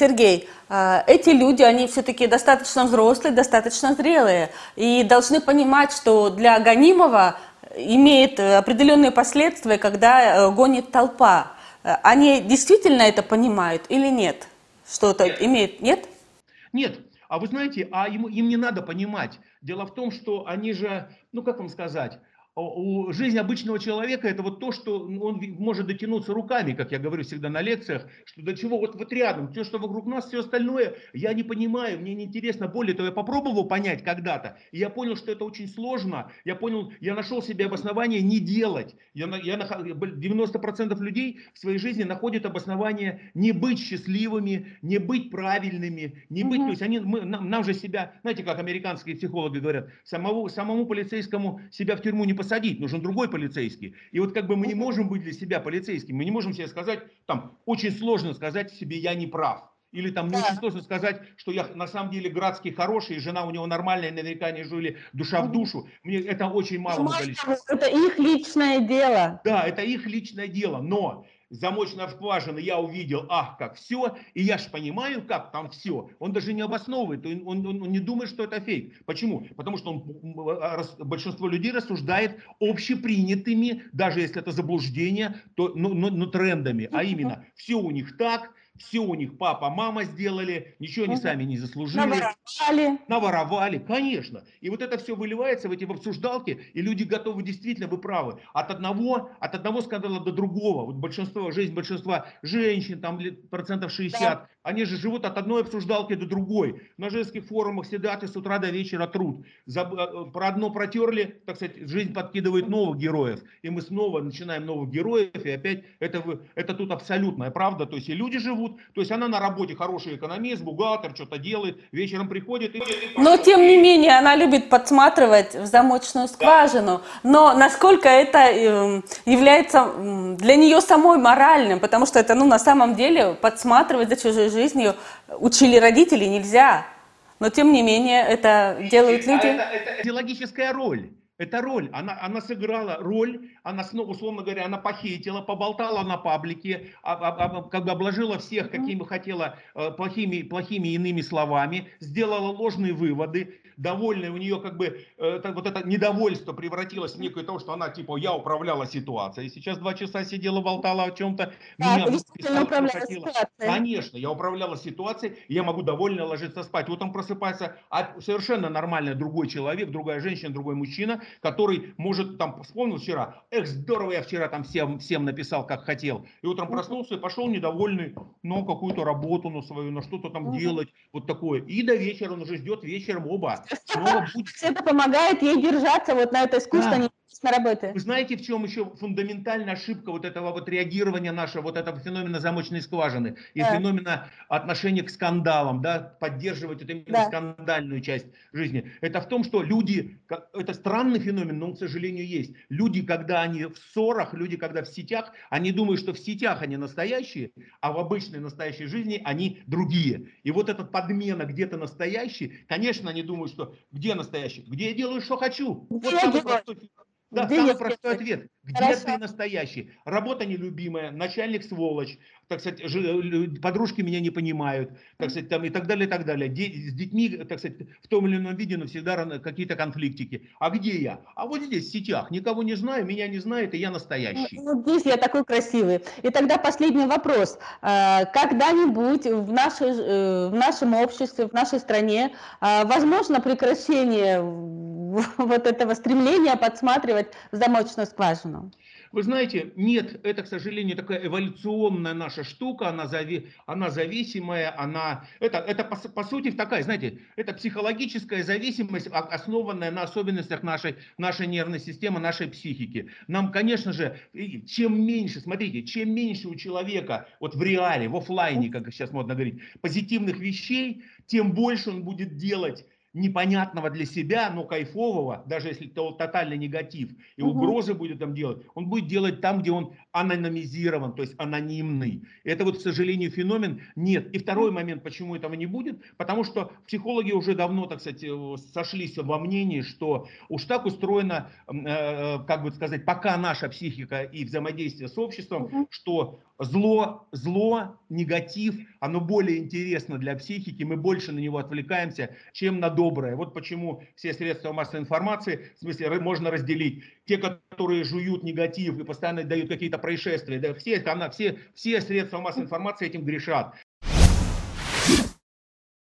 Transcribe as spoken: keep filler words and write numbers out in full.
Сергей, эти люди, они все-таки достаточно взрослые, достаточно зрелые и должны понимать, что для гонимого имеет определенные последствия, когда гонит толпа. Они действительно это понимают или нет? Что это имеет? Нет? Нет. А вы знаете, а им, им не надо понимать. Дело в том, что они же, ну как вам сказать, у жизнь обычного человека это вот то, что он может дотянуться руками, как я говорю всегда на лекциях, что до чего вот, вот рядом, все, что вокруг нас, все остальное, я не понимаю, мне неинтересно. Более того, я попробовал понять когда-то, и я понял, что это очень сложно. Я понял, я нашел себе обоснование не делать. Я, я, девяносто процентов людей в своей жизни находят обоснование не быть счастливыми, не быть правильными, не быть, то есть они, мы, нам, нам же себя, знаете, как американские психологи говорят, самого, самому полицейскому себя в тюрьму не посадить, нужен другой полицейский. И вот как бы мы не можем быть для себя полицейским, мы не можем себе сказать, там, очень сложно сказать себе, я не прав. Или там не очень сложно сказать, что я на самом деле Градский хороший, и жена у него нормальная, наверняка не жили душа в душу. Мне это очень малому количеству. Это их личное дело. Да, это их личное дело, но замочная скважина я увидел, ах, как все, и я же понимаю, как там все. Он даже не обосновывает, он, он, он не думает, что это фейк. Почему? Потому что он, большинство людей рассуждает общепринятыми, даже если это заблуждение, то, но, но, но трендами. А именно, все у них так, все у них папа, мама сделали, ничего они сами не заслужили. Наворовали. Наворовали, конечно. И вот это все выливается в эти обсуждалки, и люди готовы, действительно, вы правы, от одного, от одного скандала до другого. Вот большинство, жизнь большинства женщин, там процентов шестьдесят, да. Они же живут от одной обсуждалки до другой. На женских форумах сидят и с утра до вечера труд. За, про одно протерли, так сказать, жизнь подкидывает новых героев. И мы снова начинаем новых героев, и опять это, это тут абсолютная правда. То есть и люди живут, то есть она на работе хороший экономист, бухгалтер, что-то делает, вечером приходит и... Но тем не менее она любит подсматривать в замочную скважину. Но насколько это является для нее самой моральным, потому что это, ну, на самом деле подсматривать за чужой жизнью учили родители нельзя. Но тем не менее это делают люди. А это, это идеологическая роль. Это роль, она, она сыграла роль, она, условно говоря, она похитила, поболтала на паблике, об, об, об, как бы обложила всех, какими хотела, плохими, плохими иными словами, сделала ложные выводы, довольная у нее как бы, это, вот это недовольство превратилось в некое то, что она типа, я управляла ситуацией, сейчас два часа сидела, болтала о чем-то, да, меня писала, что хотела. Ситуацией. Конечно, я управляла ситуацией, я могу довольно ложиться спать. Вот он просыпается, а совершенно нормальный другой человек, другая женщина, другой мужчина, который может, там, вспомнил вчера, эх, здорово, я вчера там всем, всем написал, как хотел. И утром проснулся и пошел недовольный, ну, какую-то работу на свою, на что-то там делать, вот такое. И до вечера, он уже ждет вечером оба. Снова будет... Это помогает ей держаться вот на этой искусственной да. работе. Вы знаете, в чем еще фундаментальная ошибка вот этого вот реагирования нашего, вот этого феномена замочной скважины и да. феномена отношения к скандалам, да, поддерживать эту именно да. скандальную часть жизни. Это в том, что люди, это странный феномен, но он, к сожалению, есть. Люди, когда они в ссорах, люди, когда в сетях, они думают, что в сетях они настоящие, а в обычной настоящей жизни они другие. И вот этот подмена где-то настоящий, конечно, они думают, что где настоящий? Где я делаю, что хочу. Вот самый простой. Да, Где самый простой ответ. Где Хорошо. Ты настоящий? Работа нелюбимая, начальник сволочь, так сказать, подружки меня не понимают, так сказать, там, и так далее, и так далее. С детьми, так сказать, в том или ином виде, но всегда какие-то конфликтики. А где я? А вот здесь, в сетях. Никого не знаю, меня не знает, и я настоящий. Ну, здесь я такой красивый. И тогда последний вопрос. Когда-нибудь в, нашей, в нашем обществе, в нашей стране возможно прекращение вот этого стремления подсматривать в замочную скважину? Вы знаете, нет, это, к сожалению, такая эволюционная наша штука, она, зави, она зависимая, она, это, это по, по сути такая, знаете, это психологическая зависимость, основанная на особенностях нашей, нашей нервной системы, нашей психики. Нам, конечно же, чем меньше, смотрите, чем меньше у человека, вот в реале, в офлайне, как сейчас модно говорить, позитивных вещей, тем больше он будет делать непонятного для себя, но кайфового, даже если это тотальный негатив, и угрозы будет там делать, он будет делать там, где он анонимизирован, то есть анонимный. Это вот, к сожалению, феномен нет. И второй момент, почему этого не будет, потому что психологи уже давно, так сказать, сошлись во мнении, что уж так устроено, э, как бы сказать, пока наша психика и взаимодействие с обществом, что зло, зло негатив, оно более интересно для психики, мы больше на него отвлекаемся, чем на доброе. Вот почему все средства массовой информации, в смысле, можно разделить. Те, которые жуют негатив и постоянно дают какие-то происшествия, да, все, все, все средства массовой информации этим грешат.